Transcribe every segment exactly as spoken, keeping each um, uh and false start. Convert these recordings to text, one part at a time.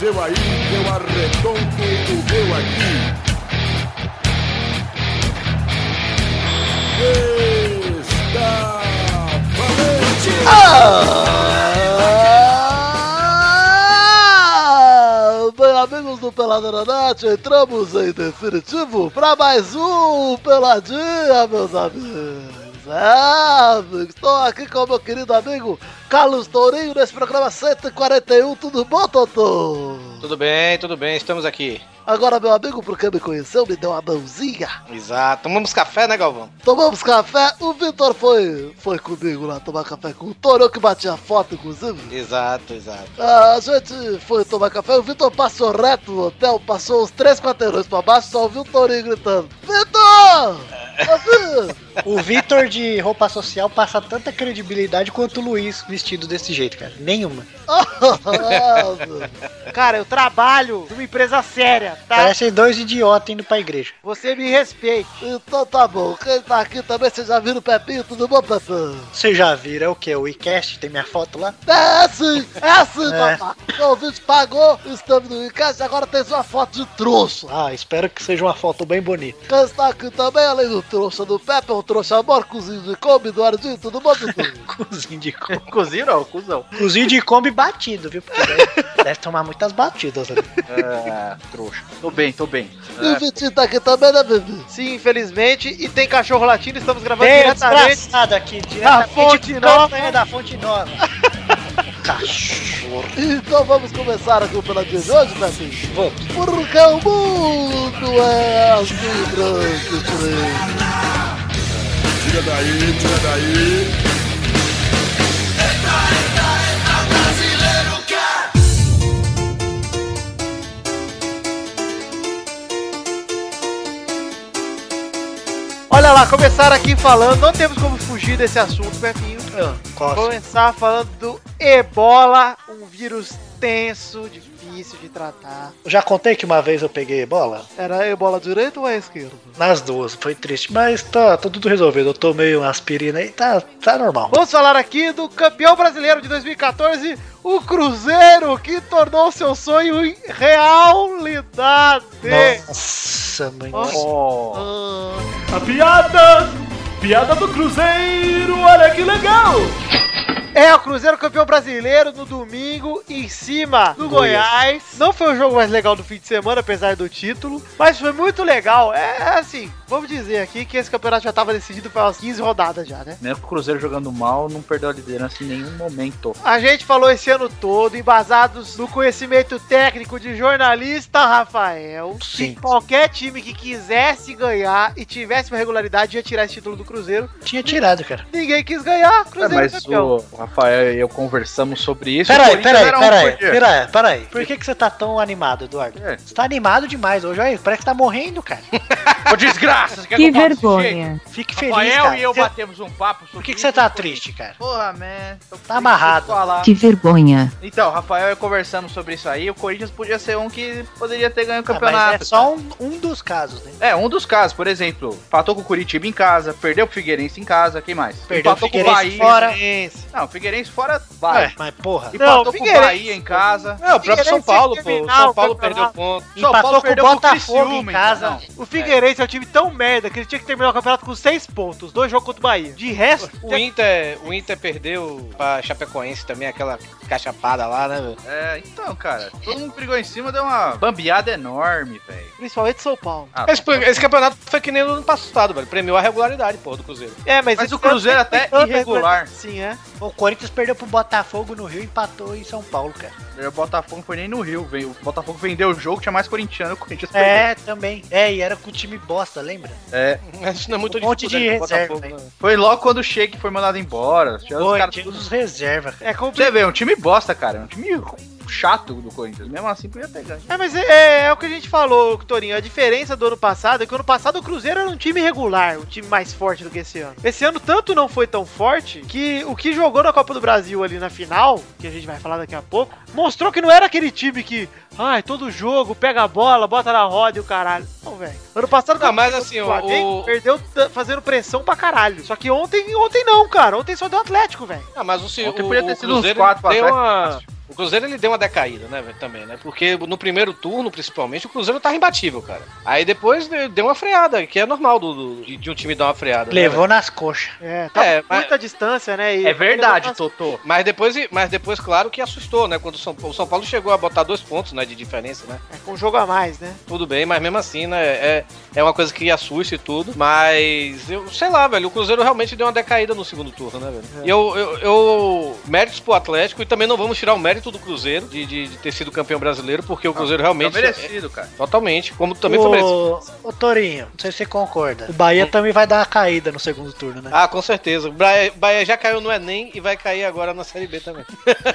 seu aí, eu arredondo o meu aqui. Está valente! Ah! Bem, amigos do Peladranet, entramos em definitivo para mais um Peladinha, meus amigos. É, amigo, estou aqui com o meu querido amigo Carlos Tourinho nesse programa cento e quarenta e um. Tudo bom, Totô? Tudo bem, tudo bem, estamos aqui. Agora, meu amigo, por quem me conheceu, me deu uma mãozinha. Exato, tomamos café, né, Galvão? Tomamos café, o Vitor foi, foi comigo lá tomar café com o Toro, que batia foto, inclusive. Exato, exato. A gente foi tomar café, o Vitor passou reto no hotel, passou uns três quarteirões pra baixo, só ouviu o Tourinho gritando: Vitor! O Vitor de roupa social passa tanta credibilidade quanto o Luiz vestido desse jeito, cara. Nenhuma. Cara, eu trabalho numa empresa séria, tá? Parecem dois idiotas indo pra igreja. Você me respeite. Então tá bom, quem tá aqui também, vocês já viram o Pepinho? Tudo bom, Pepinho? Vocês já viram, é o que? O iCast? Tem minha foto lá? É sim, é sim, É. papai. O ouvinte pagou, estamos no iCast, agora tem sua foto de trouxa. Ah, espero que seja uma foto bem bonita. Quem está aqui também, além do trouxa do Pepe, é o trouxa amor, cozinho de Kombi, do Ardinho, tudo bom, Dudu? Cozinho de Kombi. Cozinho não, cuzão. Cozinho de Kombi batido, viu? Porque deve, deve tomar muitas batidas ali. É, trouxa. Tô bem, tô bem. E o Vitinho tá aqui também, né, bebê? Sim, infelizmente. E tem cachorro latindo, estamos gravando Tem diretamente. desgraçado aqui, Da diretamente Fonte de Nova. campanha da Fonte Nova. Cachorro. Então vamos começar aqui o Peladinha de hoje, Pepinho? Vamos. Porque o mundo é azul e branco, tirei. Tira daí, tira daí. Olha lá, começaram aqui falando, não temos como fugir desse assunto, Pepinho. Ah, costa. Começar falando do Ebola, um vírus tenso, difícil de tratar. Já contei que uma vez eu peguei bola? Era Ebola direita ou é esquerda? Nas duas, foi triste, mas tá, tá tudo resolvido. Eu tomei uma aspirina e tá, tá normal. Vamos falar aqui do campeão brasileiro de dois mil e quatorze, o Cruzeiro, que tornou seu sonho em realidade. Nossa, mãe. Oh. Ah. A piada, piada do Cruzeiro, olha que legal! É, o Cruzeiro campeão brasileiro no domingo, em cima do Goiás. Goiás. Não foi o jogo mais legal do fim de semana, apesar do título, mas foi muito legal. É assim, vamos dizer aqui que esse campeonato já tava decidido para umas quinze rodadas já, né? Mesmo que o Cruzeiro jogando mal, não perdeu a liderança em nenhum momento. A gente falou esse ano todo, embasados no conhecimento técnico de jornalista Rafael, Sim. que qualquer time que quisesse ganhar e tivesse uma regularidade ia tirar esse título do Cruzeiro. Tinha tirado, cara. Ninguém quis ganhar, É, Cruzeiro mas campeão. o Rafael e eu conversamos sobre isso. Peraí, o Corinthians peraí, era um peraí, por dia. peraí, peraí. Por que, que você tá tão animado, Eduardo? É. Você tá animado demais hoje, aí. Parece que tá morrendo, cara. Ô, desgraça, você quer Que eu faça desse jeito? vergonha. Fique feliz, Rafael cara. e eu Você- batemos um papo sobre Por que, que isso, você tá eu- triste, cara? Porra, man. tô triste amarrado. de falar. Que vergonha. Então, Rafael e eu conversamos sobre isso aí. O Corinthians podia ser um que poderia ter ganho o Ah, campeonato. mas é só um, um dos casos, né? É, um dos casos, por exemplo, empatou com o Curitiba em casa, perdeu pro Figueirense em casa, quem mais? Perdeu empatou o Figueirense fora. Figueirense. Não, o Figueirense fora vai. Ué, mas porra. Empatou Não, com o Figueirense. Bahia em casa. É, o próprio São Figueirense Paulo, ia pô. O terminar São o Paulo campeonato. perdeu ponto. São Empatou Paulo com o perdeu pro Botafogo Criciúma, em casa. então. O Figueirense é um time tão merda que ele tinha que terminar o campeonato com seis pontos, dois jogos contra o Bahia. De resto, O Inter, o Inter perdeu pra Chapecoense também, aquela cachapada lá, né, velho? É, então, cara, todo mundo brigou em cima, deu uma bambeada enorme, velho. principalmente São Paulo. Ah, Esse, esse campeonato foi que nem no ano passado, velho. Premiou a regularidade, porra, do Cruzeiro. É, mas, Mas esse o Cruzeiro ano tem até tanta irregular. regularidade. Sim, é. O Corinthians perdeu pro Botafogo no Rio e empatou em São Paulo, cara. O Botafogo não foi nem no Rio, veio. O Botafogo vendeu o jogo, tinha mais corintiano, o Corinthians É, também. É, e era com o time bosta, lembra? É, Isso não é muito Um monte de difícil, né, reserva, Botafogo, né? foi logo quando o Sheik foi mandado embora. Tinha os Foi, caras tinha tudo- uns reserva, cara. É Você complicado. vê, é um time bosta, cara. É um time chato do Corinthians. Mesmo assim, podia ter ganho. É, mas é, é o que a gente falou, Torinho. A diferença do ano passado é que o ano passado o Cruzeiro era um time regular, um time mais forte do que esse ano. Esse ano tanto não foi tão forte que o que jogou na Copa do Brasil ali na final, que a gente vai falar daqui a pouco, mostrou que não era aquele time que, ai, todo jogo, pega a bola, bota na roda e o caralho. Não, velho. Ano passado Não, mas assim, o- Flamengo o- perdeu t- fazendo pressão pra caralho. Só que ontem, ontem não, cara. Ontem só deu Atlético, velho. Ah, mas o, Ontem o, podia ter o sido uns Cruzeiro quatro deu atrás, uma, fácil. O Cruzeiro ele deu uma decaída, né, velho, também, né? Porque no primeiro turno, principalmente, o Cruzeiro tava imbatível, cara. Aí depois deu uma freada, que é normal do, do, de, de um time dar uma freada. Levou né, nas coxas. É, tá É, com muita mas- distância, né? E É verdade, levou Totô. Mas depois, mas depois, claro, que assustou, né? Quando o São, o São Paulo chegou a botar dois pontos, né, de diferença, né? nas- É, com um jogo a mais, né? Tudo bem, mas mesmo assim, né? É, é uma coisa que assusta e tudo. Mas eu sei lá, velho. O Cruzeiro realmente deu uma decaída no segundo turno, né, velho? E eu, eu, eu. Méritos pro Atlético e também não vamos tirar o mérito do Cruzeiro de, de, de ter sido campeão brasileiro, porque o Cruzeiro realmente. Tá merecido, cara. é- totalmente. Como também foi merecido. Ô, ô Torinho, não sei se você concorda. O Bahia também vai dar uma caída no segundo turno, né? Ah, com certeza. O Bahia, Bahia já caiu no Enem e vai cair agora na Série B também.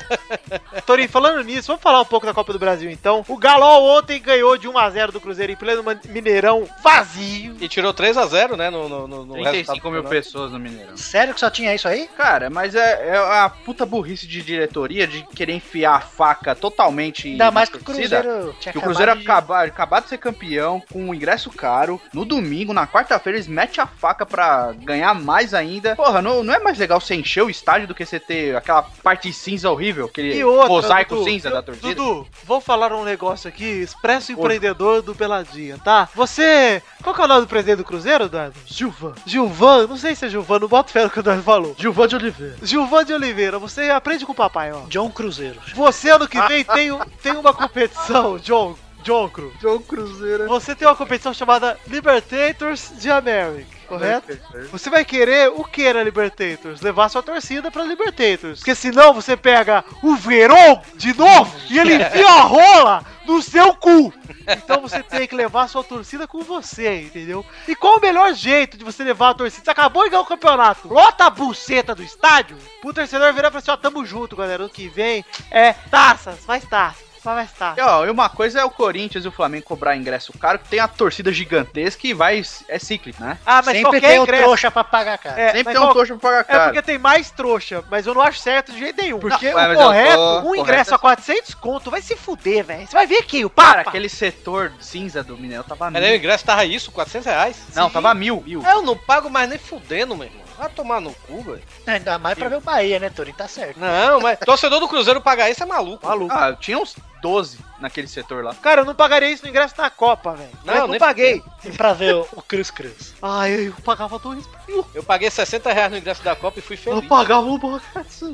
Torinho, falando nisso, vamos falar um pouco da Copa do Brasil, então. O Galol ontem ganhou de um a zero do Cruzeiro em pleno Mineirão vazio. E tirou três a zero, né? No, no, no, no trinta e resultado cinco mil final. pessoas no Mineirão. Sério que só tinha isso aí? Cara, mas é, é a puta burrice de diretoria de querer enfiar a faca totalmente. Ainda na mais que o torcida. Cruzeiro tinha Que o Cruzeiro acabado de- acaba, acabado de ser campeão, com um ingresso caro. No domingo, na quarta-feira, eles metem a faca pra ganhar mais ainda. Porra, não, não é mais legal você encher o estádio do que você ter aquela parte cinza horrível, aquele E outra, mosaico Dudu, cinza eu- da torcida? Dudu, vou falar um negócio aqui, expresso empreendedor do Peladinha, tá? Você... Qual que é o nome do presidente do Cruzeiro, Eduardo? Gilvan. Gilvan, não sei se é Gilvan, não boto fé no que o Eduardo falou. Gilvan de Oliveira. Gilvan de Oliveira, você aprende com o papai, ó. John Cruzeiro. Você ano que vem tem, um- tem uma competição, John, John Cru. Jogo Cruzeiro. Você tem uma competição chamada Libertators de America, correto? Você vai querer o que na Libertators? Levar sua torcida pra Libertators. Porque senão você pega o Verón de novo e ele enfia a rola no seu cu. Então você tem que levar a sua torcida com você, entendeu? E qual o melhor jeito de você levar a torcida? Você acabou de ganhar o campeonato, lota a buceta do estádio, pro torcedor virar e falar assim, ó, tamo junto, galera, ano que vem é taças, mais taças. Só vai estar. E, ó, e uma coisa é o Corinthians e o Flamengo cobrar ingresso caro, que tem a torcida gigantesca e vai. É cíclico, né? Ah, mas Sempre qualquer tem o ingresso. trouxa pra pagar, cara. É, Sempre mas tem um qual- trouxa pra pagar É caro. porque tem mais trouxa, mas eu não acho certo de jeito nenhum. Porque Não, o mas eu correto, tô- um ingresso correto é- a quatrocentos conto, vai se fuder, velho. Você vai ver aqui, o Cara, Papa. aquele setor cinza do Mineirão tava Mas aí o mil. ingresso tava isso, quatrocentos reais? Não, tava mil. mil. Eu não pago mais nem fudendo, meu irmão. Vai tomar no cu, velho. Ainda mais pra ver o Bahia, né, Torinho? Tá certo. Não, mas torcedor do Cruzeiro pagar isso é maluco. Maluco. Ah, tinha uns doze naquele setor lá. Cara, eu não pagaria isso no ingresso na Copa, velho. Não, Não, não nem paguei. E pra ver o, o Cruz Cruz. Ai, eu pagava dois mil. Eu paguei sessenta reais no ingresso da Copa e fui feliz. Eu pagava um bocaço.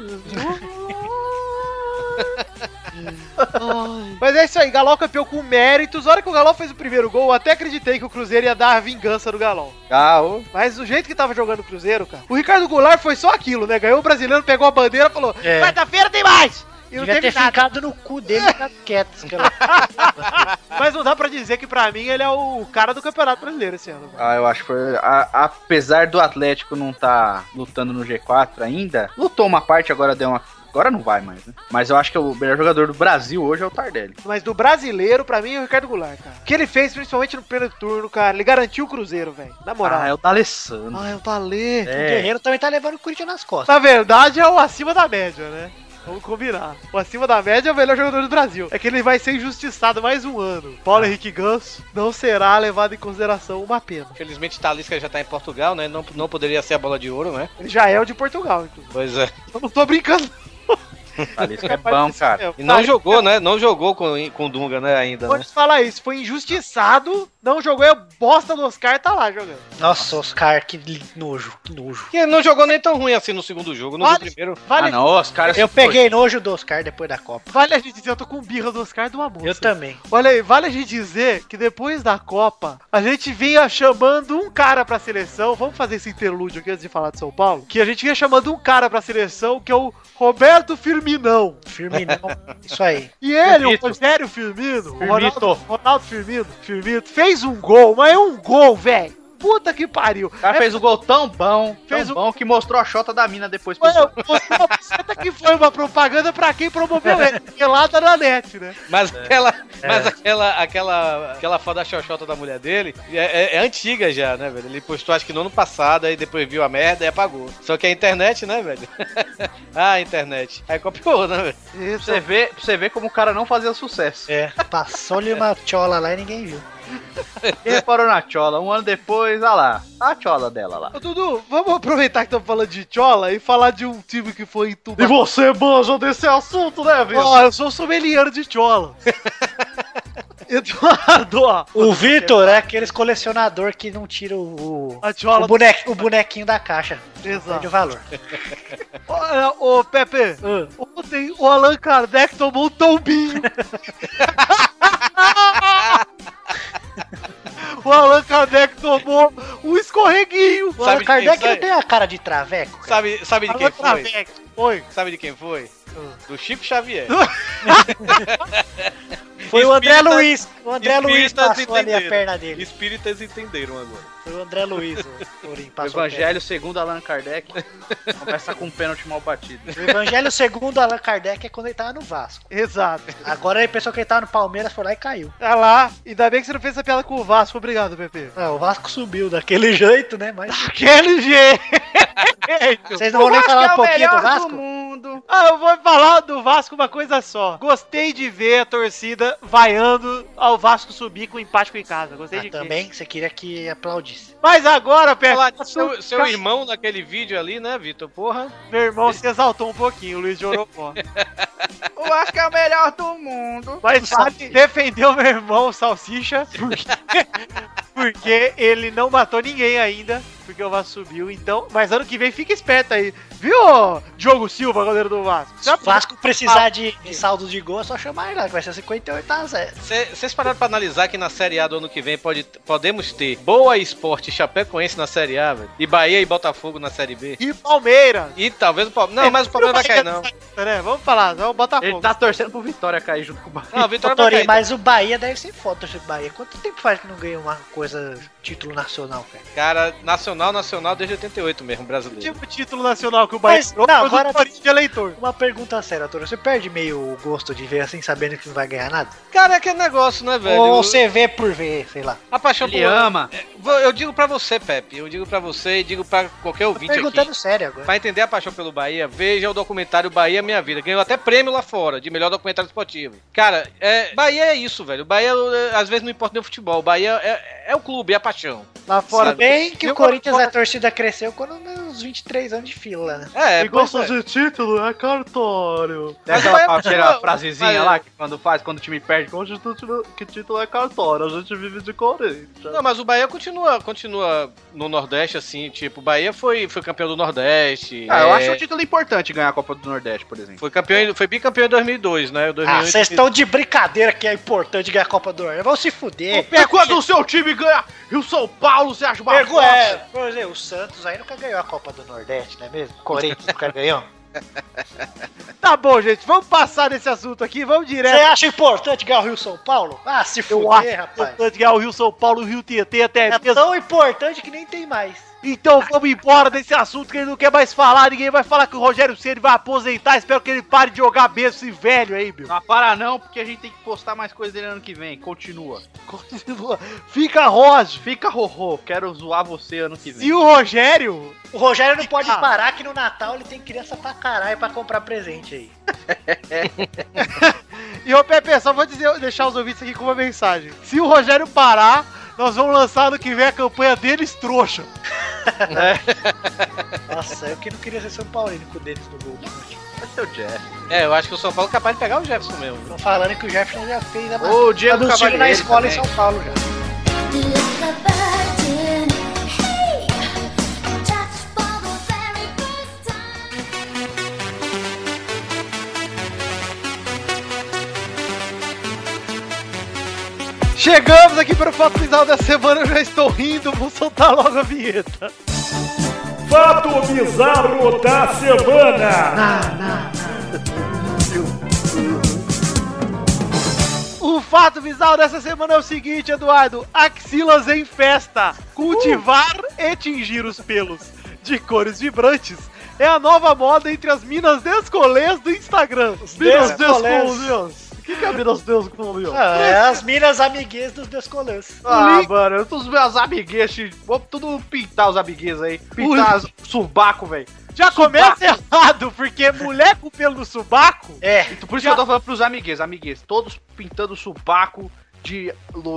Mas é isso aí, Galol campeão com méritos. A hora que o Galol fez o primeiro gol, eu até acreditei que o Cruzeiro ia dar a vingança do Galol. Ah, ô. Mas do jeito que tava jogando o Cruzeiro, cara, o Ricardo Goulart foi só aquilo, né? Ganhou o brasileiro, pegou a bandeira e falou: É. quarta-feira tem mais! E não Devia teve ter nada. ficado no cu dele e ficado quieto. aquela- Mas não dá pra dizer que pra mim ele é o cara do Campeonato Brasileiro esse ano. Ah, eu acho que foi. a- apesar do Atlético não tá lutando no G quatro ainda, lutou uma parte, agora deu uma. Agora não vai mais, né? Mas eu acho que o melhor jogador do Brasil hoje é o Tardelli. Mas do brasileiro, pra mim, é o Ricardo Goulart, cara. O que ele fez, principalmente no primeiro turno, cara, ele garantiu o Cruzeiro, velho. Na moral. Ah, é o D'Alessandro. Ah, é o Thalê. O Guerreiro também tá levando o Corinthians nas costas. Na verdade, é o acima da média, né? Vamos combinar. O acima da média é o melhor jogador do Brasil. É que ele vai ser injustiçado mais um ano. Paulo Henrique Ganso não será levado em consideração, uma pena. Infelizmente, Talisca já tá em Portugal, né? Não, não poderia ser a bola de ouro, né? Ele já é o de Portugal, inclusive. Pois é. Eu não tô brincando. Talisca é bom, cara. E não Tá, jogou, né? Não jogou com, com o Dunga, né? Ainda, Vou né? te falar isso, foi injustiçado, não jogou, é bosta do Oscar, tá lá jogando. Nossa, Oscar, que li- nojo, que nojo. E ele não jogou nem tão ruim assim no segundo jogo. No Vale- primeiro. Vale, Ah, não, os caras. Eu peguei nojo do Oscar depois da Copa. vale a gente dizer, eu tô com birra do Oscar e de uma moça. Eu também. Olha aí, vale a gente dizer que depois da Copa, a gente vinha chamando um cara pra seleção, vamos fazer esse interlúdio aqui antes de falar de São Paulo, que a gente vinha chamando um cara pra seleção, que é o Roberto Firminão. Firminão. Isso aí. E ele, Firmito. o Rogério Firmino, o Firmito. Ronaldo, Ronaldo Firmino, Firmito, fez um gol, mas é um gol, velho. Puta que pariu. O cara fez um gol tão bom, tão Fez o- bom, que mostrou a chota da mina depois pro Mano, você uma buceta que foi uma propaganda pra quem promoveu ele, porque lá tá na net, né? Mas, aquela, mas aquela, aquela, aquela foto da xoxota da mulher dele é, é- é antiga já, né, velho? Ele postou acho que no ano passado, aí depois viu a merda e apagou. Só que a internet, né, velho? ah, a internet. Aí copiou, né, velho? Pra você ver, pra você ver como o cara não fazia sucesso. É. Passou-lhe uma tchola lá e ninguém viu. E reparou na Chola. Um ano depois, olha lá. A Chola dela lá. Ô, Dudu, vamos aproveitar que estamos falando de Chola e falar de um time que foi entubado. E você manja desse assunto, né, Vitor? Ó, eu sou sommelier de Chola. Eduardo, ó. O Vitor é aqueles colecionador que não tira o, A Chola o, bonequinho, o bonequinho da caixa. Exato. Perde o valor. Olha, ô, Pepe, Ah. ontem o Allan Kardec tomou um tombinho. O Allan Kardec tomou um escorreguinho. O Allan Sabe de Kardec quem não tem a cara de traveco, cara. Sabe, sabe de Allan quem foi? Kardec. Oi. Sabe de quem foi? Do Chico Xavier. Foi o André Espírita- Luiz. O André Luiz Espíritas passou ali a entenderam. perna dele. Espíritas entenderam agora. Foi o André Luiz. O Torinho O passou a Evangelho segundo Allan Kardec começa com um pênalti mal batido. perna. O Evangelho segundo Allan Kardec é quando ele tava no Vasco. Exato. Agora ele pensou que ele tava no Palmeiras, foi lá e caiu. Tá lá. Ainda bem que você não fez essa piada com o Vasco. Obrigado, Pepe. Ah, o Vasco subiu daquele jeito, né? Mas Aquele jeito. vocês não vão nem falar um pouquinho do Vasco? mundo. Ah, eu vou falar do Vasco uma coisa só. Gostei de ver a torcida vaiando ao Vasco subir com empate com em casa. Gostei Ah, de ver. também, você queria que aplaudisse. Mas agora, Pepe, Falar de seu, seu irmão naquele vídeo ali, né, Vitor? Porra. meu irmão se exaltou um pouquinho, o Luiz de Oropó. O Vasco é o melhor do mundo. Mas sabe, defendeu meu irmão, Salsicha, porque, porque ele não matou ninguém ainda, porque o Vasco subiu, então... Mas ano que vem fica esperto aí, viu, Diogo Silva, goleiro do Vasco? Se o Vasco precisar de, de saldo de gol, é só chamar ele lá, que vai ser cinquenta e oito a zero. Vocês pararam pra analisar que na Série A do ano que vem pode, podemos ter Boa Esporte e Chapecoense na Série A, velho. E Bahia e Botafogo na Série B. E Palmeiras. E talvez o Palmeiras. Não, mas o Palmeiras vai cair, não. Né? Vamos falar, é o Botafogo. Ele tá torcendo pro Vitória cair junto com o Bahia. Não, o Vitória vai Torinho, cair. mas o Bahia deve ser foda, torcedor do Bahia. Quanto tempo faz que não ganha uma coisa, título nacional, cara? Cara, nacional, nacional desde oitenta e oito mesmo, brasileiro. Tipo título nacional que o Bahia Mas, tirou, não, foi do agora- Corinthians de eleitor. Uma pergunta séria, Torinho. Você perde meio o gosto de ver assim, sabendo que não vai ganhar nada? Cara, é aquele negócio, né, velho? Ou você vê por ver, sei lá. A paixão Ele por- ama. Eu digo pra você, Pepe. Eu digo pra você e digo pra qualquer Tô ouvinte perguntando aqui. sério agora. Pra entender a paixão pelo Bahia, veja o documentário Bahia Minha Vida. Ganhou até prêmio lá fora, de melhor documentário esportivo. Cara, é, Bahia é isso, velho. O Bahia, é, às vezes, não importa nem o futebol. O Bahia é, é o clube, é a paixão. Lá fora. Sabe? Bem que Eu- o Corinthians, a torcida cresceu quando nos vinte e três anos de fila, né? É, Quem pois gosta é. de título é cartório. Tem Mas aquela vai- primeira mas- frasezinha mas- lá que quando faz, quando o time perde. Hoje título- que título é cartório, a gente vive de Corinthians. Não, mas o Bahia continua, continua no Nordeste, assim, tipo, o Bahia foi, foi campeão do Nordeste. Ah, eu é, acho um título importante ganhar a Copa do Nordeste, por exemplo. Foi campeão, em- foi bicampeão em dois mil e dois, né? dois mil e Ah, oito, vocês estão de brincadeira que é importante ganhar a Copa do Nordeste. Vão se fuder. E quando o seu time ganha e o São Paulo, você acha uma Pegou, bosta? é, por exemplo, o Santos aí nunca ganhou a Copa do Nordeste, não é mesmo? O Corinthians nunca ganhou. Tá bom, gente, vamos passar desse assunto aqui, vamos Você direto. acha importante ganhar o Rio São Paulo? Ah, se Eu acho fuder, rapaz. importante ganhar o Rio São Paulo, o Rio Tietê, até É mesmo. tão importante que nem tem mais. Então vamos embora desse assunto que ele não quer mais falar. Ninguém vai falar que o Rogério Ceni vai aposentar. Espero que ele pare de jogar mesmo esse velho aí, meu. Não para não, porque a gente tem que postar mais coisas dele ano que vem. Continua. Continua. Fica Roger. Fica rorô, quero zoar você ano que vem. E o Rogério? O Rogério não pode Ah. parar que no Natal ele tem criança pra caralho pra comprar presente aí. E ô Pepe, só vou dizer, deixar os ouvintes aqui com uma mensagem. Se o Rogério parar, nós vamos lançar no que vem a campanha deles trouxa. Nossa, eu que não queria ser São Paulino com o Denis no gol. Vai ser o Jeff. É, eu acho que o São Paulo é capaz de pegar o Jefferson mesmo. Estão falando que o Jefferson já fez a Ô, o Diego tá nos tiros na Cavalieri escola também. em São Paulo já. Like a virgin, hey, touched for the very first time. Chegamos aqui para o fato final da semana, eu já estou rindo, vou soltar logo a vinheta. Fato bizarro da semana. O fato bizarro dessa semana é o seguinte, Eduardo. Axilas em festa. Cultivar e tingir os pelos de cores vibrantes é a nova moda entre as minas descolês do Instagram. Minas Descolés. Descolés. O que, que é Minas Descolés? Ah, é as minas amiguês dos descolãs. Ah, mano, eu tô os meus amiguês, vamos tudo pintar os amiguês aí. Pintar os subaco, velho. Já começa errado, porque mulher com pelo no subaco... É, Por isso que eu tô falando pros amigues, amigues, todos pintando o subaco de loiro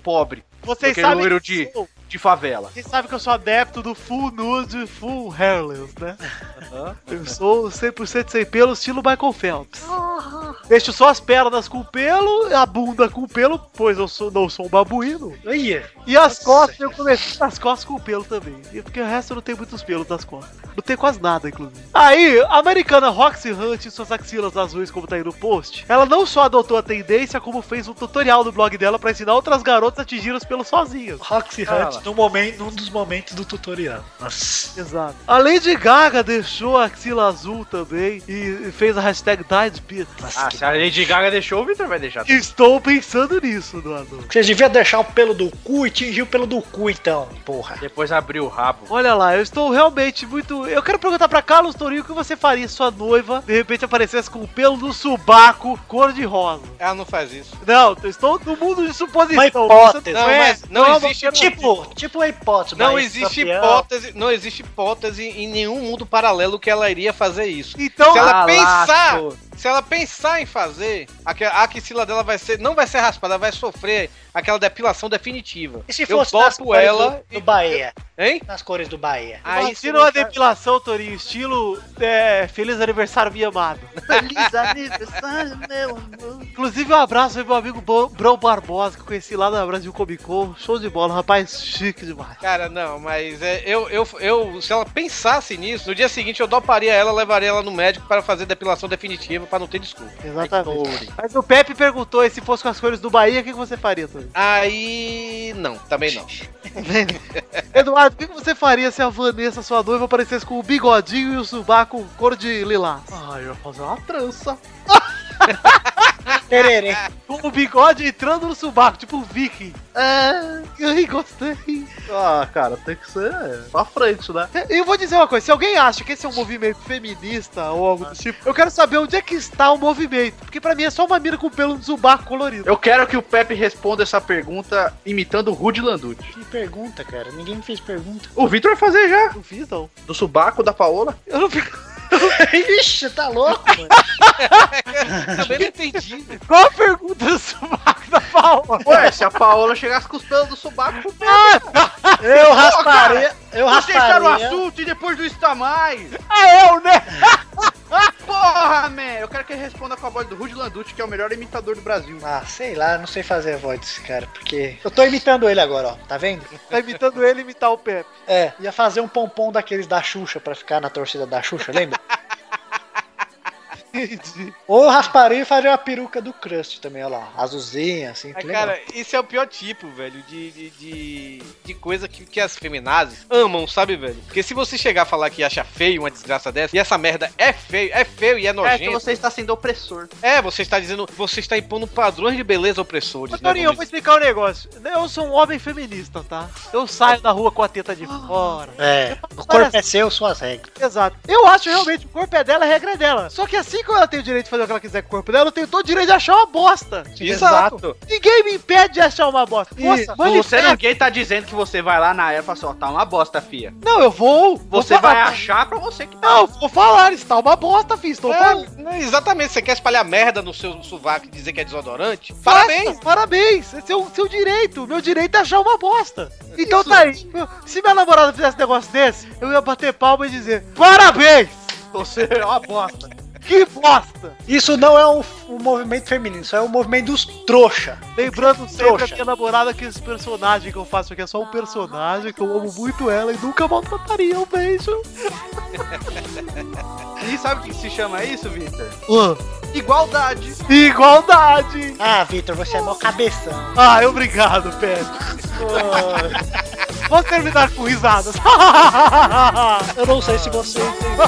pobre. Vocês do que sabem loiro que de, eu- de favela. Vocês sabem que eu sou adepto do full nude, full hairless, né? Eu sou cem por cento sem pelo, estilo Michael Phelps. Deixo só as pernas com pelo, a bunda com pelo, pois eu sou, não sou um babuíno. Ia. E as costas, eu comecei nas costas com pelo também. E porque o resto eu não tenho muitos pelos nas costas. Não tem quase nada, inclusive. Aí, a americana Roxy Hunt e suas axilas azuis, como tá aí no post, ela não só adotou a tendência, como fez um tutorial no blog dela pra ensinar outras garotas a atingir os pelos sozinhas. Roxy Hunt no momento, num dos momentos do tutorial. Nossa. Exato. A Lady Gaga deixou a axila azul também e fez a hashtag DiedBeat. Ah, se a Lady Gaga deixou, o Victor vai deixar. também. Estou pensando nisso, Eduardo. Vocês deviam deixar o pelo do cu e tingir o pelo do cu, então, porra. Depois abriu o rabo. Olha lá, eu estou realmente muito... Eu quero perguntar pra Carlos Torinho o que você faria se sua noiva, de repente, aparecesse com o pelo do subaco cor de rosa. Ela não faz isso. Não, eu estou no mundo de suposição. Uma hipótese. Não, é, mas não é uma existe alternativa. Tipo, tipo a hipótese. Não mas existe campeão- hipótese, não existe hipótese em nenhum mundo paralelo que ela iria fazer isso. Então, Se ela Ah, pensar, lascou. se ela pensar em fazer, a, que- a axila dela vai ser, não vai ser raspada, ela vai sofrer aquela depilação definitiva. E se Eu fosse nas topo cores ela do, do Bahia? Hein? Nas cores do Bahia. Aí imagina uma depilação, Torinho, estilo é, Feliz Aniversário, minha amada. Feliz aniversário, meu amor. Inclusive, um abraço aí pro meu amigo Bo- Brão Barbosa, que eu conheci lá na Brasil Comic Con. Show de bola, rapaz chique demais. Cara, não, mas é, eu, eu, eu, se ela pensasse nisso, no dia seguinte eu doparia ela, levaria ela no médico para fazer depilação definitiva, para não ter desculpa. Exatamente. Mas o Pepe perguntou e se fosse com as cores do Bahia, o que que você faria, Torinho? Aí, não, também não. Eduardo, o que que você faria se a Vanessa, sua noiva, aparecesse com o bigodinho e o subaco cor de lilás? Ai, eu ia fazer uma trança. Tererê. Com o bigode entrando no subaco, tipo um viking. É. Ai, gostei. Ah, cara, tem que ser pra frente, né? E eu vou dizer uma coisa, se alguém acha que esse é um movimento feminista ou algo do tipo, eu quero saber onde é que está o movimento. Porque pra mim é só uma mina com pelo no subaco colorido. Eu quero que o Pepe responda essa pergunta imitando o Rudy Landucci. Que pergunta, cara. Ninguém me fez pergunta. O Victor vai fazer já. Não fiz, não. Do subaco da Paola. Eu não fico... Ixi, tá louco, mano. Também não entendi. Qual a pergunta do subaco da Paula? Ué, se a Paola chegasse com os pelos do subaco, Eu rasparia. Eu vocês deixaram o rasparia. assunto e depois não está mais. Ah, eu, né? Porra, man. Eu quero que ele responda com a voz do Rudy Landucci, que é o melhor imitador do Brasil. Ah, sei lá, não sei fazer a voz desse cara, porque. Eu tô imitando ele agora, ó. Tá vendo? Tá imitando ele e imitar o Pepe. É, ia fazer um pompom daqueles da Xuxa pra ficar na torcida da Xuxa, lembra? Ou eu rasparia e faria uma peruca do Crust também, olha lá. Azulzinha, assim, que Mas, legal. cara, esse é o pior tipo, velho, de, de, de, de coisa que, que as feminazes amam, sabe, velho? Porque se você chegar a falar que acha feio uma desgraça dessa, e essa merda é feio, é feio e é É que nojento. você está sendo opressor. É, você está dizendo, você está impondo padrões de beleza opressores. Ô, Torinho, eu vou explicar um negócio. Eu sou um homem feminista, tá? Eu saio da rua com a teta de fora. É, o corpo é seu, suas regras. Exato. Eu acho realmente que o corpo é dela, a regra é dela. Só que assim como ela tem o direito de fazer o que ela quiser com o corpo dela, eu tenho todo o direito de achar uma bosta. Exato. Ninguém me impede de achar uma bosta. Nossa, Você manifesta. ninguém tá dizendo que você vai lá na era e fala assim, ó, tá uma bosta, fia. Não, eu vou. vou Você vai falar. achar pra você que tá. Não, vou falar, está uma bosta, filho. Estou falando. É, né, exatamente, você quer espalhar merda no seu sovaco e dizer que é desodorante? Faça, Parabéns! Parabéns! Esse é o seu direito. Meu direito é achar uma bosta. Então tá aí. Se minha namorada fizesse um negócio desse, eu ia bater palma e dizer: parabéns! Você é uma bosta. Que bosta! Isso não é um, um movimento feminino, isso é um movimento dos trouxa. Lembrando sempre Trouxa. a minha namorada que esse personagem que eu faço aqui é só um personagem, que eu amo muito ela e nunca maltrataria. Um beijo. E sabe o que se chama isso, Victor? Uh, Igualdade. igualdade! Ah, Vitor, você é mó cabeção. Ah, obrigado, Pedro. Vou terminar com risadas. Eu não sei se você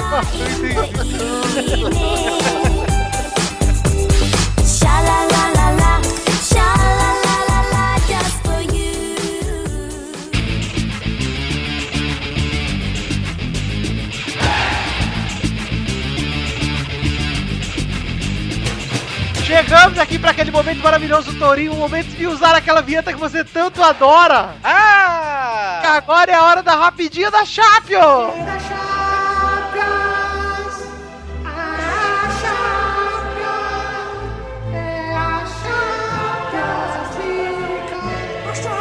Sha la la la la, sha la la la la, just for you. Chegamos aqui pra aquele momento maravilhoso do Torinho, o momento de usar aquela vinheta que você tanto adora. Ah! Agora é a hora da rapidinha da Champions. Champions,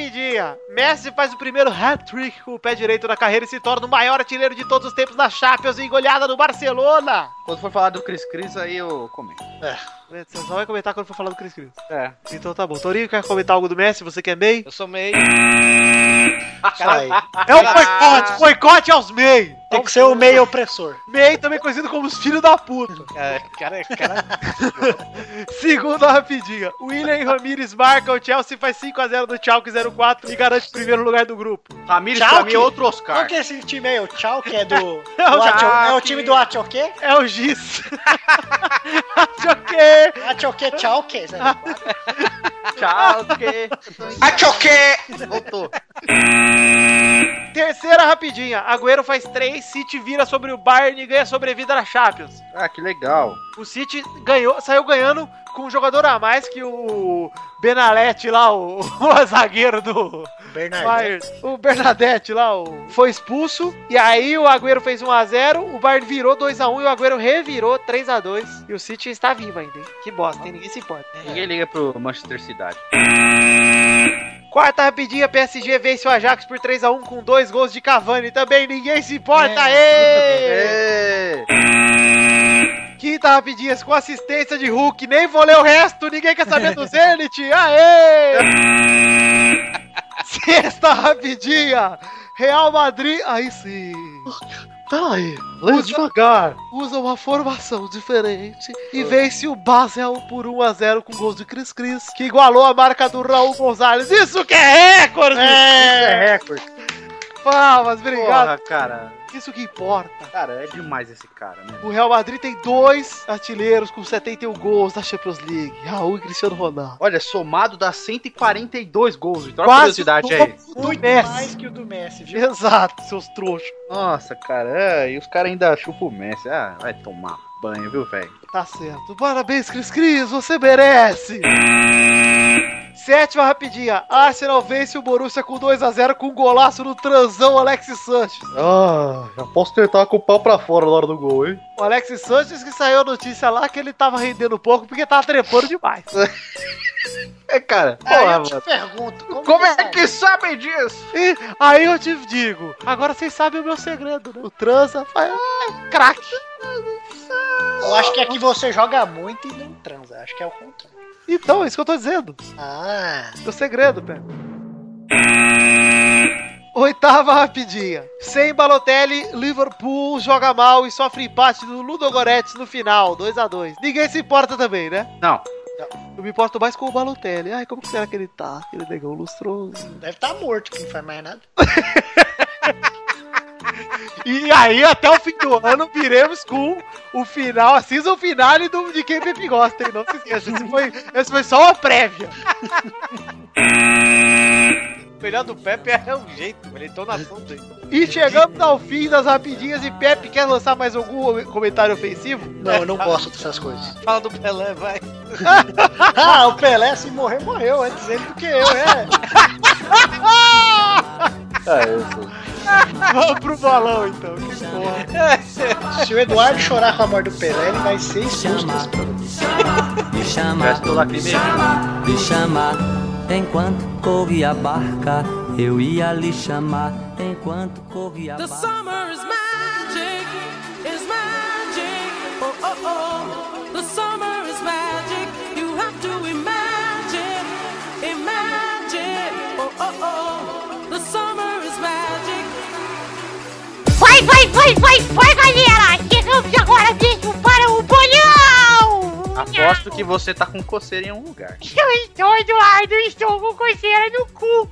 rapidinha. Messi faz o primeiro hat-trick com o pé direito na carreira e se torna o maior artilheiro de todos os tempos da Champions e goleada do Barcelona. Quando for falar do Cris Cris, aí eu comento. Você só vai comentar quando for falar do Cris Cris. É. Então tá bom. Torinho, quer comentar algo do Messi? Você que é MEI? Eu sou meio. Sai. É um boicote! Boicote aos MEI! Tem que ser o meio opressor. MEI também conhecido como os filhos da puta. Cara, cara, cara. Segunda rapidinha. William Ramírez marca, o Chelsea faz cinco a zero do Schalke zero quatro e garante o primeiro lugar do grupo. Ramires Tchau, pra mim que- é outro Qual Oscar. que é esse time aí? O Tchau, que é do... do o Atio- Tchau, é o que- time do Atioque? É o Giz. Choquei! Atioque, Tchau, que? Tchau, que... Achoque! Voltou. Terceira rapidinha. Agüero faz três, City vira sobre o Bayern e ganha sobrevida na Champions. Ah, que legal. O City ganhou, saiu ganhando com um jogador a mais que o Benalete lá, o, o zagueiro do Bernardo. Bayern. O Bernadette lá, o, foi expulso. E aí o Agüero fez um a zero, o Bayern virou dois a um e o Agüero revirou três a dois. E o City está vivo ainda, hein? Que bosta, hein? Ninguém se importa. Ninguém liga pro Manchester City. Quarta rapidinha, P S G vence o Ajax por três a um com dois gols de Cavani. Também ninguém se importa. É. Ê! Quinta rapidinha, com assistência de Hulk. Nem vou ler o resto, ninguém quer saber do Zenit. Aê! Sexta rapidinha, Real Madrid. Aí sim. Peraí, lê devagar. Usa uma formação diferente e vence o Basel por um a zero com gols de Cris Cris, Que igualou a marca do Raul Gonzalez. Isso que é recorde! É, recorde. Palmas, obrigado. Porra, cara. Isso que importa. Cara, é demais esse cara, né? O Real Madrid tem dois artilheiros com setenta e um gols na Champions League. Raul e Cristiano Ronaldo. Olha, somado dá cento e quarenta e dois gols. Então, Quase curiosidade aí. do Muito Messi. mais que o do Messi, viu? Exato, seus trouxas. Nossa, cara, é, e os caras ainda chupam o Messi. Ah, vai tomar banho, viu, velho? Tá certo. Parabéns, Cris Cris, você merece. Sétima rapidinha. Arsenal vence o Borussia com dois a zero com um golaço no transão Alexis Sanches. Ah, já posso tentar com o pau pra fora na hora do gol, hein? O Alexis Sanches que saiu a notícia lá que ele tava rendendo pouco porque tava trepando demais. É, cara, Aí porra, eu te mano. pergunto, como, Como é sabe? que sabem disso? E aí eu te digo, agora vocês sabem o meu segredo, né? O transa faz ai, craque. Eu acho que é que você joga muito e não transa. Acho que é o contrário. Então, é isso que eu tô dizendo. Ah, Meu segredo, pé. Oitava rapidinha. Sem Balotelli, Liverpool joga mal e sofre empate do Ludogorets no final, dois a dois. Ninguém se importa também, né? Não. Eu me importo mais com o Balotelli. Ai, como que será que ele tá? Aquele negão lustroso. deve estar morto, que não faz mais nada. E aí, até o fim do ano, viremos com o final, a season finale do, de quem Pepe gosta, hein? Não se esqueça, esse foi, esse foi só uma prévia. O melhor do Pepe é o jeito, ele é a entonação dele. E chegamos ao fim das rapidinhas e Pepe quer lançar mais algum comentário ofensivo? Não, eu não gosto dessas coisas. Fala do Pelé, vai. Ah, o Pelé, se morrer, morreu. Antes ele do que eu, é. É isso. Vamos pro bolão então, que porra. Se o Eduardo chorar com a morte do Pelé, ele vai ser expulso desse programa. Me chama, Já estou lá aqui mesmo. me chama. Enquanto corria a barca, eu ia lhe chamar. Enquanto corria a barca. Summer is magic, is magic. Oh, oh, oh. The summer is magic. You have to imagine, imagine. Oh, oh, oh. The summer is magic. Vai, vai, vai, vai, vai, galera! Chegamos agora mesmo para o bolão! Aposto que você tá com coceira em um lugar. Eu estou, Eduardo, estou com coceira no cu!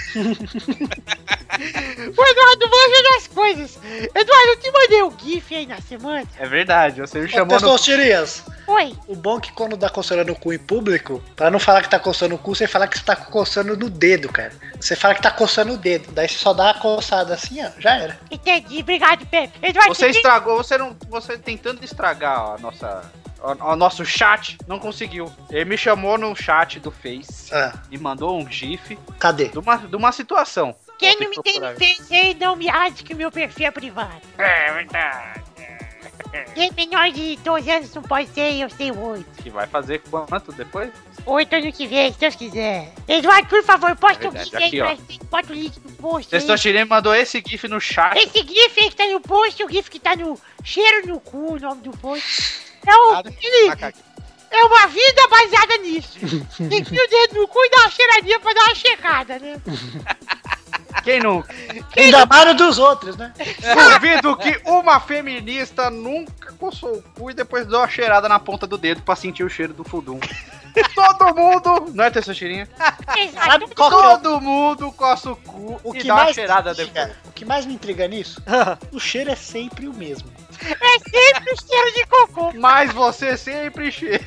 O Eduardo manja das coisas! Eduardo, eu te mandei um GIF aí na semana. É verdade, você me Ô, chamou no... Testosterinhas, Oi. o bom é que quando dá coçando no cu em público, pra não falar que tá coçando o cu, você fala que você tá coçando no dedo, cara. Você fala que tá coçando o dedo, daí você só dá uma coçada assim, ó, já era. Entendi, obrigado, Pepe. Eduardo, Você tem- estragou, você não, você tentando estragar ó, a nossa, o, o nosso chat, não conseguiu. Ele me chamou no chat do Face Ah, e mandou um gif cadê? de uma, de uma situação. Quem Vou não ter me que tem procurar. no Face aí, não me acha que meu perfil é privado. É verdade. Quem menor de doze anos não pode ser, eu sei oito. Que vai fazer quanto depois? Oito ano que vem, se Deus quiser. Eduardo, por favor, posta É o verdade, gif aí aqui, ó. pra gente. Bota o link no post aí. Testosterone mandou esse gif no chat. Esse gif aí que tá no post, o gif que tá no cheiro no cu, o nome do post. É o... Ah, ele- é uma vida baseada nisso. Enfia o dedo no cu e dá uma cheiradinha pra dar uma checada, né? Quem não? Ainda mais dos outros, né? Duvido que uma feminista nunca coçou o cu e depois deu uma cheirada na ponta do dedo pra sentir o cheiro do fudum. Todo mundo, não é Testosterinha? Sabe qual que é o- Todo mundo coça o cu o e que dá uma mais cheirada me depois. intriga- O que mais me intriga nisso? O cheiro é sempre o mesmo. É sempre o cheiro de cocô. Mas você sempre cheira.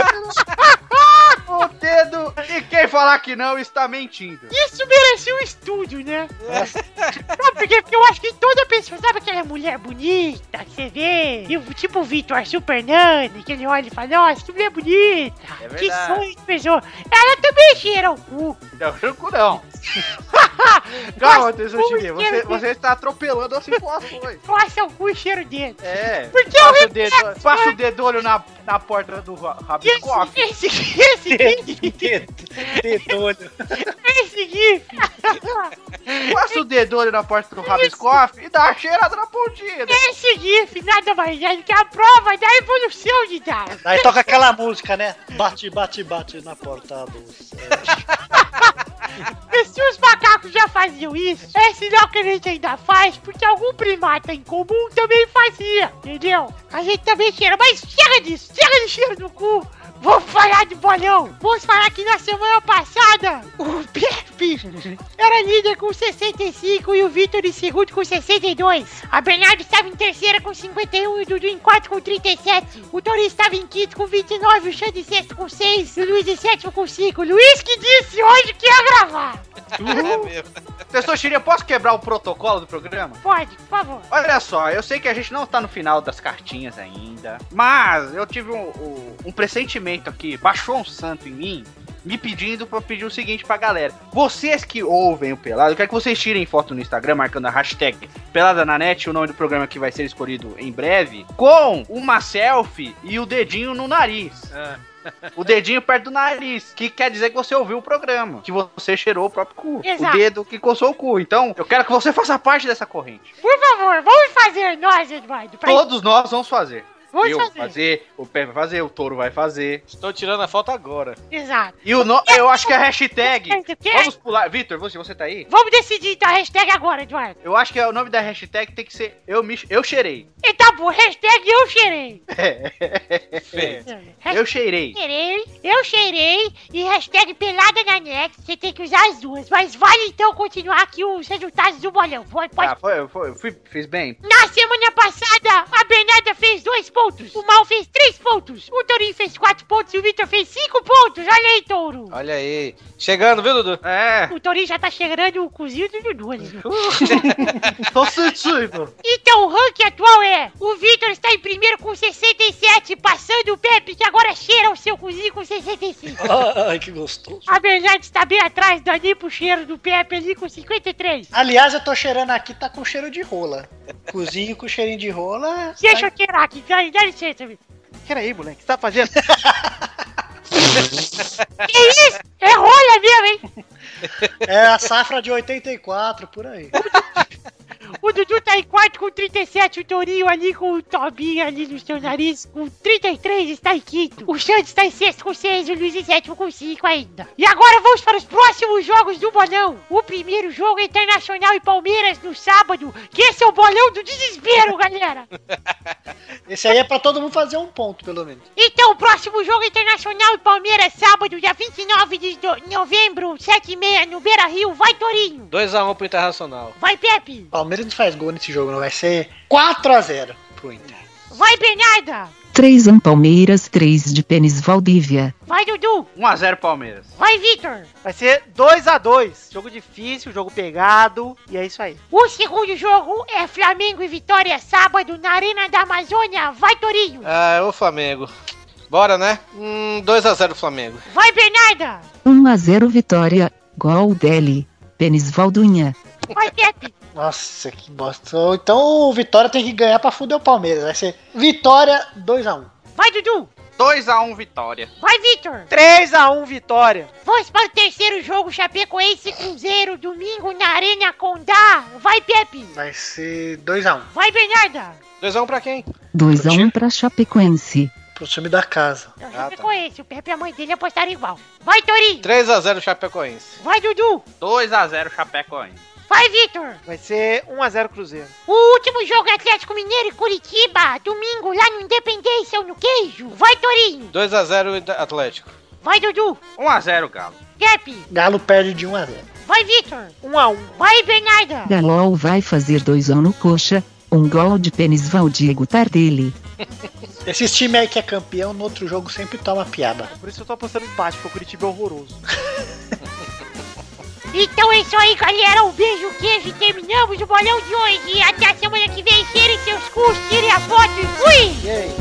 O dedo. E quem falar que não está mentindo. Isso merecia um estudo, né? Sabe por quê? Porque eu acho que toda pessoa, sabe aquela mulher bonita que você vê? E, o- tipo o Vitor Super Nani, que ele olha e fala, nossa, que mulher bonita. É que verdade. sonho de pessoa. Ela também cheira o cu. Não, eu cu não. Calma, Mas Testosterinha. o Você, cheiro você está atropelando as situações. Coça o cu e cheira o dedo. É. Porque eu Passa o reflexo, dedo, passa o dedolho na, na porta do ra- rabiscoff. Esse, esse, esse gif, Dedolho. esse gif. Passa o dedolho na porta do rabiscoff e dá uma cheirada na pontinha. Esse gif nada mais é do que a prova da evolução de Darwin. Aí toca aquela música, né? Bate, bate, bate na porta do céu. E se os macacos já faziam isso, é sinal que a gente ainda faz, porque algum primata em comum também fazia, entendeu? A gente também cheira, mas chega disso, chega de cheiro no cu. Vamos falar de bolão. Vamos falar que na semana passada, o Pepe era líder com sessenta e cinco e o Vitor em segundo com sessenta e dois. A Bernardo estava em terceira com cinquenta e um e o Dudu em quarto com trinta e sete. O Torinho estava em quinto com vinte e nove, o Xande em sexto com seis e o Luiz em sétimo com cinco. O Luiz que disse hoje que ia gravar. É mesmo. Testosterinha, posso quebrar o protocolo do programa? Pode, por favor. Olha só, eu sei que a gente não tá no final das cartinhas ainda, mas eu tive um, um, um pressentimento aqui, baixou um santo em mim, me pedindo pra pedir o seguinte pra galera. Vocês que ouvem o Pelado, eu quero que vocês tirem foto no Instagram, marcando a hashtag Pelada na Net, o nome do programa que vai ser escolhido em breve, com uma selfie e o dedinho no nariz. O dedinho perto do nariz, que quer dizer que você ouviu o programa, que você cheirou o próprio cu. Exato. O dedo que coçou o cu. Então, eu quero que você faça parte dessa corrente. Por favor, vamos fazer nós, Eduardo. pra- Todos nós vamos fazer. Vamos eu fazer. vou fazer, o Pepe vai fazer, o Touro vai fazer. Estou tirando a foto agora. Exato. E o no... eu acho que a hashtag. O quê? Vamos pular. Vitor, você, você tá aí? Vamos decidir então a hashtag agora, Eduardo. Eu acho que o nome da hashtag tem que ser Eu, me... eu cheirei. E tá bom, hashtag eu cheirei. Eu cheirei. Cheirei, eu cheirei e hashtag pelada na net. Você tem que usar as duas. Mas vale então continuar aqui os resultados do bolão. Pode, pode. Ah, foi, foi, fui, fiz bem. Na semana passada, a Bernarda fez dois pontos, o Mal fez três pontos, o Tourinho fez quatro pontos e o Vitor fez cinco pontos. Olha aí, Touro. Olha aí. Chegando, viu, Dudu? É. O Tourinho já tá cheirando o cozinho do Dudu ali. viu? Tô sentindo. Então o ranking atual é: o Vitor está em primeiro com sessenta e sete, passando o Pepe, que agora cheira o seu cozinho com sessenta e cinco. Ai, que gostoso. A Bernarda está bem atrás do Anipo cheiro do Pepe ali com cinquenta e três. Aliás, eu tô cheirando aqui, tá com cheiro de rola. Cozinho com cheirinho de rola. Deixa eu cheirar aqui, dá, dá licença, Vitor. Peraí, moleque, o que você tá fazendo? Que isso? É rola mesmo, hein? É a safra de oitenta e quatro, por aí. O Dudu tá em quarto com trinta e sete, o Tourinho ali com o Tobinho ali no seu nariz com trinta e três está em quinto. O Xande está em sexto com seis, o Luiz em sétimo com cinco ainda. E agora vamos para os próximos jogos do bolão. O primeiro jogo é Internacional e Palmeiras no sábado, que esse é o bolão do desespero, galera. Esse aí é pra todo mundo fazer um ponto, pelo menos. Então, o próximo jogo é Internacional e Palmeiras, sábado, dia vinte e nove de do- novembro, sete e meia, no Beira-Rio. Vai, Tourinho. dois a um pro Internacional. Vai, Pepe. Palmeiras não faz gol nesse jogo, não. Vai ser quatro a zero pro Inter. Vai, Bernarda. três a um Palmeiras, três de Pênis Valdívia. Vai, Dudu. um a zero Palmeiras. Vai, Vitor. Vai ser dois a dois. Jogo difícil, jogo pegado. E é isso aí. O segundo jogo é Flamengo e Vitória, sábado, na Arena da Amazônia. Vai, Tourinho. Ah, o Flamengo. Bora, né? Hum, dois a zero Flamengo. Vai, Bernarda. um a zero Vitória, gol dele, Pênis Valdunha. Vai, Pepe. Nossa, que bosta. Então o Vitória tem que ganhar pra fuder o Palmeiras. Vai ser Vitória dois a um. Vai, Dudu! dois a um Vitória. Vai, Vitor! três a um Vitória. Vamos para o terceiro jogo, Chapecoense e Cruzeiro, domingo na Arena Condá. Vai, Pepe! Vai ser dois a um. Vai, Bernarda! dois a um pra quem? dois a um pra Chapecoense. Pro time da casa. É o Ah, tá. Chapecoense, o Pepe e a mãe dele apostaram igual. Vai, Torinho! três a zero Chapecoense. Vai, Dudu! dois a zero Chapecoense. Vai, Vitor! Vai ser um a zero Cruzeiro. O último jogo é Atlético Mineiro e Curitiba, domingo lá no Independência ou no Queijo. Vai, Torinho! dois a zero Atlético. Vai, Dudu! um a zero Galo. Pepe! Galo perde de um a zero. Vai, Vitor! um a um. Vai, Bernarda! Galol vai fazer dois a um no Coxa. Um gol de pênis Valdiego Tardelli. Esses times aí que é campeão, no outro jogo sempre toma piada. Por isso eu tô apostando empate, porque o Curitiba é horroroso. Então é isso aí, galera. Um beijo, queijo e terminamos o bolão de hoje. Até a semana que vem. Cheirem seus cus, tirem a foto e fui! E aí?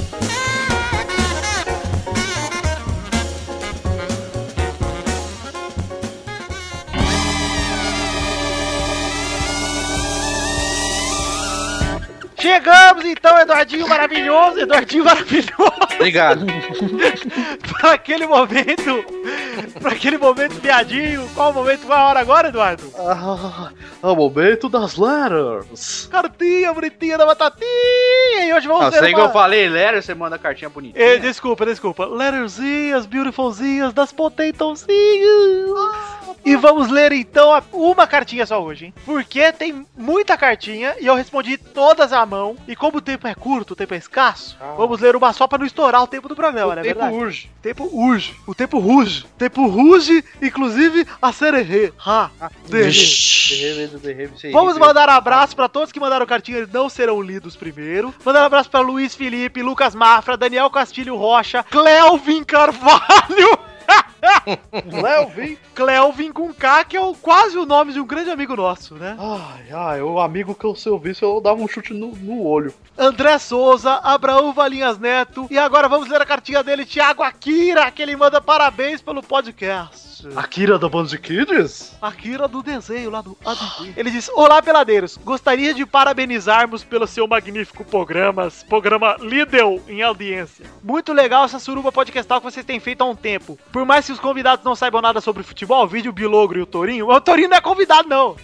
Chegamos então, Eduardinho maravilhoso, Eduardinho maravilhoso. Obrigado. Para aquele momento, para aquele momento viadinho. Qual o momento, qual a hora agora, Eduardo? Ah, é o momento das letters. Cartinha bonitinha da batatinha. E hoje vamos Não, ver sei que uma... eu falei, Lério, você manda cartinha bonitinha. Eh, desculpa, desculpa. Letterzinhas, beautifulzinhas, das potatozinhas. E vamos ler então a- uma cartinha só hoje, hein? Porque tem muita cartinha e eu respondi todas à mão. E como o tempo é curto, o tempo é escasso, vamos ler uma só pra não estourar o tempo do programa, não é tempo verdade? urge. O tempo urge. O tempo ruge. O tempo ruge, inclusive a sererê. Ha. Derê. Vamos mandar abraço pra todos que mandaram cartinha, eles não serão lidos primeiro. Mandar um abraço pra Luiz Felipe, Lucas Mafra, Daniel Castilho Rocha, Clelvin Carvalho. Clelvin. Clelvin com K, que é o, quase o nome de um grande amigo nosso, né? Ai, ai, o amigo que eu se eu visse, eu dava um chute no, no olho. André Souza, Abraão Valinhas Neto. E agora vamos ler a cartinha dele, Thiago Akira, que ele manda parabéns pelo podcast. Akira da Band Kids? Akira do desenho lá do A D D. Ele diz: olá, peladeiros. Gostaria de parabenizarmos pelo seu magnífico programa, programa Lidl em audiência. Muito legal essa suruba podcastal que vocês têm feito há um tempo. Por mais que os convidados não saibam nada sobre futebol, vídeo o Bilogro e o Torinho. O Torinho não é convidado, não.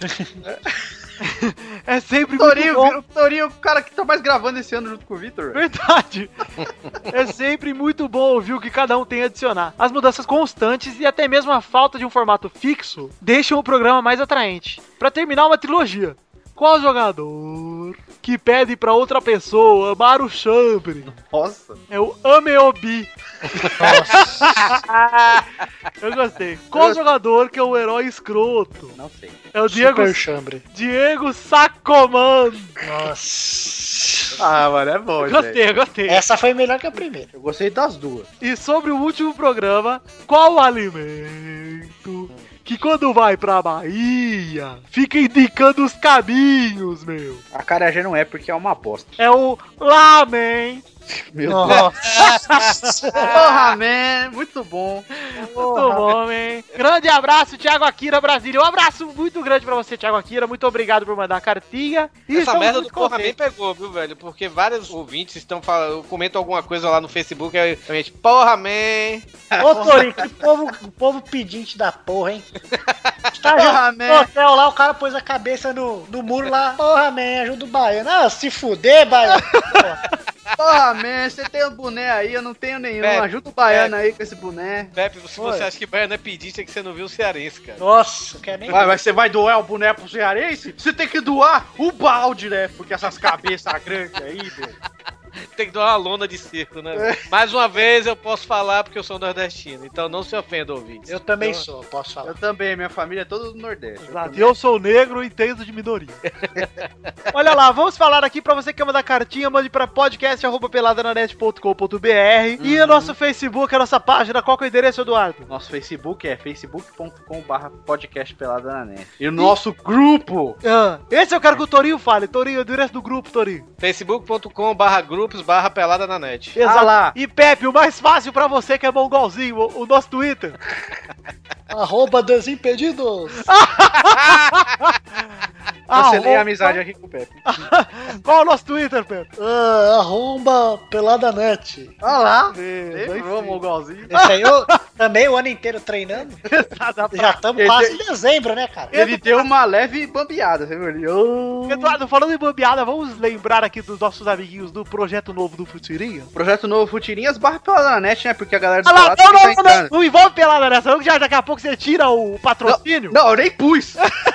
É sempre Torinho, muito bom. o Torinho é o cara que tá mais gravando esse ano junto com o Vitor. Verdade. É sempre muito bom ouvir o que cada um tem a adicionar. As mudanças constantes e até mesmo a falta de um formato fixo deixam o programa mais atraente. Pra terminar, uma trilogia. Qual jogador que pede pra outra pessoa amar o chambre? Nossa. É o Ameobi. Eu gostei. Qual Eu- jogador que é o herói escroto? Não sei. É o Diego, Super chambre. Diego Sacoman. Nossa. Ah, mano, é bom, Gostei, eu gostei. Essa foi melhor que a primeira. Eu gostei das duas. E sobre o último programa, qual alimento que quando vai pra Bahia fica indicando os caminhos, meu? A acarajé não é porque é uma bosta. É o lamen. Meu Nossa. Porra, man, muito bom. Muito bom, man. Grande abraço, Thiago Akira, Brasília. Um abraço muito grande pra você, Thiago Akira. Muito obrigado por mandar a cartinha. E Essa estamos merda do muito Porra Man contentes. pegou, viu, velho? Porque vários ouvintes estão falando, comentam alguma coisa lá no Facebook, aí a gente, Porra Man. Ô, Torinho, que povo, povo pedinte da porra, hein? Tá Porra, no man. hotel lá, o cara pôs a cabeça no, no muro lá. Porra, man, ajuda o baiano. Ah, se fuder, baiano. Porra. Porra, man, você tem um boné aí, eu não tenho nenhum. Pepe, Ajuda o baiano aí com esse boné. Pepe, se Oi. você acha que Baiano é pedinte, é que você não viu o cearense, cara. Nossa, não quero nem Vai, mas você vai doar o boné pro cearense? Você tem que doar o balde, né? Porque essas cabeças grandes aí, velho. Tem que dar uma lona de circo, né? Mais uma vez eu posso falar porque eu sou nordestino, então não se ofenda, ouvintes. Eu também sou, posso falar. Eu também, minha família é toda do Nordeste. Exato. E eu sou negro e entendo de minoria. Olha lá, vamos falar aqui pra você que quer mandar cartinha, mande pra podcast arroba peladananet ponto com ponto br e o nosso Facebook, a nossa página. Qual que é o endereço, Eduardo? Nosso Facebook é facebook ponto com barra podcast pelada na net. E o nosso grupo Ah, esse eu quero que o Torinho fale. Torinho, o endereço do grupo, Torinho. facebook ponto com barra grupos barra pelada na net. Exato. Ah lá. E Pepe, o mais fácil pra você que é mongolzinho, o, o nosso Twitter. Arroba Desimpedidos. Cancelei Arromba- a amizade aqui com o Pepe. Qual é o nosso Twitter, Pedro? Ah, arromba peladanet. Olha lá. Lembrou, Mongolzinho. Esse aí eu também o ano inteiro treinando. Já estamos quase em dezembro, né, cara? Ele deu uma leve bambeada, você viu? Ele, oh. Eduardo, falando em bambeada, vamos lembrar aqui dos nossos amiguinhos do projeto novo do Futirinha? Projeto novo Futirinhas barra Peladanet, né? Porque a galera do Ah lá, Pelado não, tá não, não, não, entrando. não envolve pelada nessa, não, que já daqui a pouco você tira o patrocínio. Não, eu nem pus.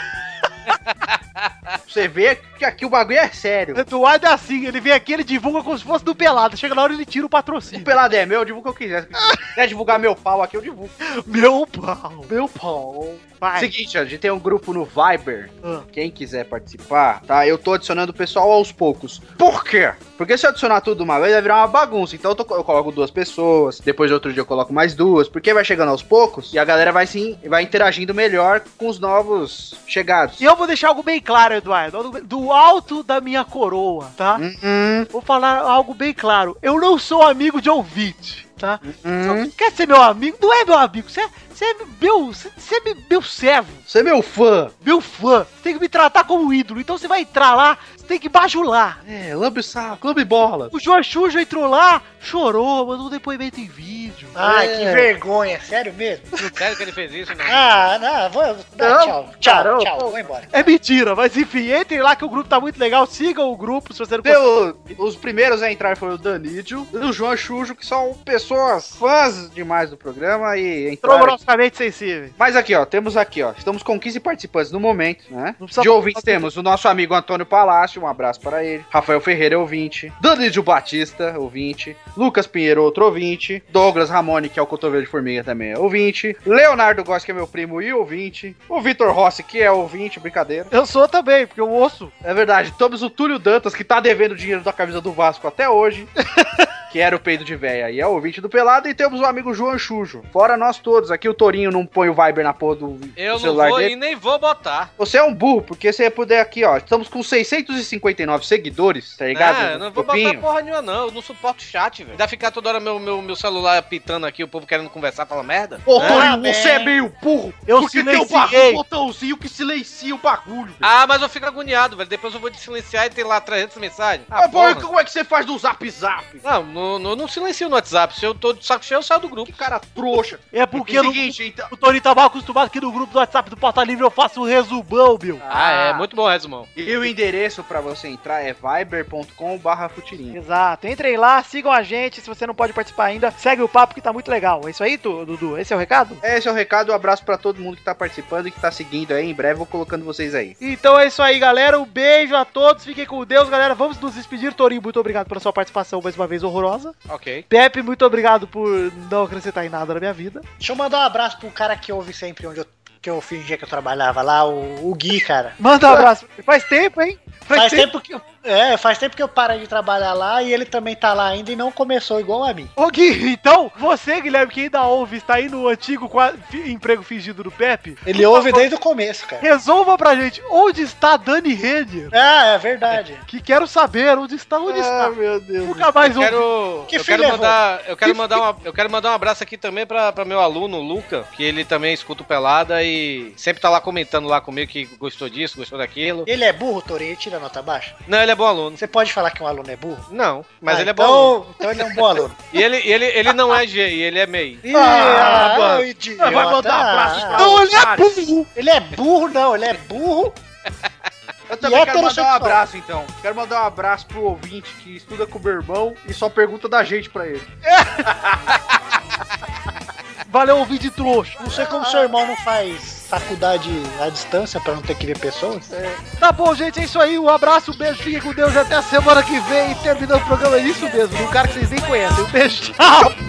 Você vê que aqui o bagulho é sério. Eduardo é assim, ele vem aqui, ele divulga como se fosse do pelado, chega na hora ele tira o O patrocínio. Pelado é meu, eu divulgo o que eu quiser. Se quiser divulgar meu pau aqui, eu divulgo. Meu pau. Meu pau. Vai. Seguinte, a gente tem um grupo no Viber. Ah. Quem quiser participar, tá? Eu tô adicionando o pessoal aos poucos. Por quê? Porque se eu adicionar tudo de uma vez, vai virar uma bagunça. Então eu, tô- eu coloco duas pessoas, depois de outro dia eu coloco mais duas, porque vai chegando aos poucos e a galera vai sim, vai interagindo melhor com os novos chegados. E eu vou deixar algo bem claro, Eduardo, do alto da minha coroa, tá? Uhum. Vou falar algo bem claro. Eu não sou amigo de ouvinte, tá? Uhum. Você quer ser meu amigo? Não é meu amigo, você é, você é meu, você você é meu servo, Você é meu fã. meu fã. Você tem que me tratar como ídolo. Então você vai entrar lá, você tem que bajular. É, lambe o saco, lambe bola. O João Xujo entrou lá, chorou, mandou um depoimento em vídeo. Ai, É. que vergonha, sério mesmo? Sério que ele fez isso, né? Ah, não, vou. Dá, Não, tchau, tchau, caramba. tchau, vou embora. É mentira, mas enfim, entrem lá que o grupo tá muito legal. Sigam o grupo se você não Deu, os primeiros a entrar foram o Danídio e o João Xujo, que são pessoas fãs demais do programa e entraram. Trombroscamente sensíveis. Mas aqui, ó, temos aqui, ó, estamos com quinze participantes no momento, né? Não precisa De ouvintes falar temos o nosso amigo Antônio Palácio, um abraço para ele. Rafael Ferreira, ouvinte. Danídio Batista, ouvinte. Lucas Pinheiro, outro ouvinte. Douglas Ramone, que é o cotovelo de formiga também, é ouvinte. Leonardo Goss, que é meu primo e ouvinte. O Vitor Rossi, que é ouvinte, brincadeira. Eu sou também, porque eu ouço. É verdade, temos o Túlio Dantas, que tá devendo dinheiro da camisa do Vasco até hoje. Que era o peido de véia e é ouvinte do Pelado. E temos o amigo João Xujo. Fora nós todos. Aqui o Torinho não põe o Viber na porra do, Eu do não celular vou dele. e nem vou botar. Você é um burro, porque você puder aqui, ó. Estamos com seiscentos e cinquenta e nove seguidores, tá ligado? Ah, eu não vou Copinho. botar porra nenhuma, não. Eu não suporto chat, velho. Dá ficar toda hora meu, meu, meu celular pitando aqui, o povo querendo conversar, fala merda. Ô, Ah, Torinho, bem. você é meio burro. Eu porque tem um silenciei. bagulho, botãozinho que silencia o bagulho. velho. Ah, mas eu fico agoniado, velho. Depois eu vou silenciar e tem lá trezentas mensagens. Ah, Ah, pô, porra. como é que você faz no Zap Zap? Não, no, no, não silencio no WhatsApp. Se eu tô de saco cheio, eu saio do grupo. Que cara trouxa. É porque É o no- seguinte, então... o Toninho tá mal acostumado que no grupo do WhatsApp do Porta Livre eu faço um resumão, meu. Ah, é. Muito bom, resumão. E o endereço pra você entrar é viber ponto com barra futirinha. Exato, entrem lá, sigam a gente. Se você não pode participar ainda, segue o papo que tá muito legal. É isso aí, tu, Dudu? Esse é o recado? Esse é o recado, um abraço pra todo mundo que tá participando e que tá seguindo aí. Em breve eu vou colocando vocês aí. Então é isso aí, galera. Um beijo a todos. Fiquem com Deus, galera. Vamos nos despedir. Torinho, muito obrigado pela sua participação mais uma vez horrorosa. Ok. Pepe, muito obrigado por não acrescentar em nada na minha vida. Deixa eu mandar um abraço pro cara que ouve sempre onde eu, que eu fingia que eu trabalhava lá, o, o Gui, cara. Manda um abraço. Faz tempo, hein? Faz tempo que eu, é, faz tempo que eu parei de trabalhar lá e ele também tá lá ainda e não começou igual a mim. Ô Gui, então, você, Guilherme, que ainda ouve, está aí no antigo qua- fi- emprego fingido do Pepe, Ele ouve desde o começo, cara. resolva pra gente onde está Dani Renner. Ah, é verdade. Que quero saber onde está, onde está. meu Deus. Nunca mais Eu ouvi. quero, Que eu filho quero levou? mandar, eu quero Que mandar uma, eu quero mandar um abraço aqui também pra, pra meu aluno, o Luca, que ele também escuta o Pelada e sempre tá lá comentando lá comigo que gostou disso, gostou daquilo. Ele é burro, Torinho? Ele tira nota baixa? Não, ele é bom aluno. Você pode falar que um aluno é burro? Não, mas Ah, ele é bom aluno. então, então ele é um bom aluno. E ele, e ele, ele não é G I, ele é M E I. Ih, Ah, ah, mano. idiota. Vai mandar abraços pra Não, ele é burro. Ele é burro, não, ele é burro. Eu também E quero mandar um heterossexual. abraço, então. Quero mandar um abraço pro ouvinte que estuda com o meu irmão e só pergunta da gente pra ele. Valeu, ouvinte trouxa. Não sei como seu irmão não faz faculdade à distância pra não ter que ver pessoas. Tá bom, gente, é isso aí. Um abraço, um beijo, fiquem com Deus e até a semana que vem. Terminando o programa, é isso mesmo, de um cara que vocês nem conhecem. Um beijo, tchau.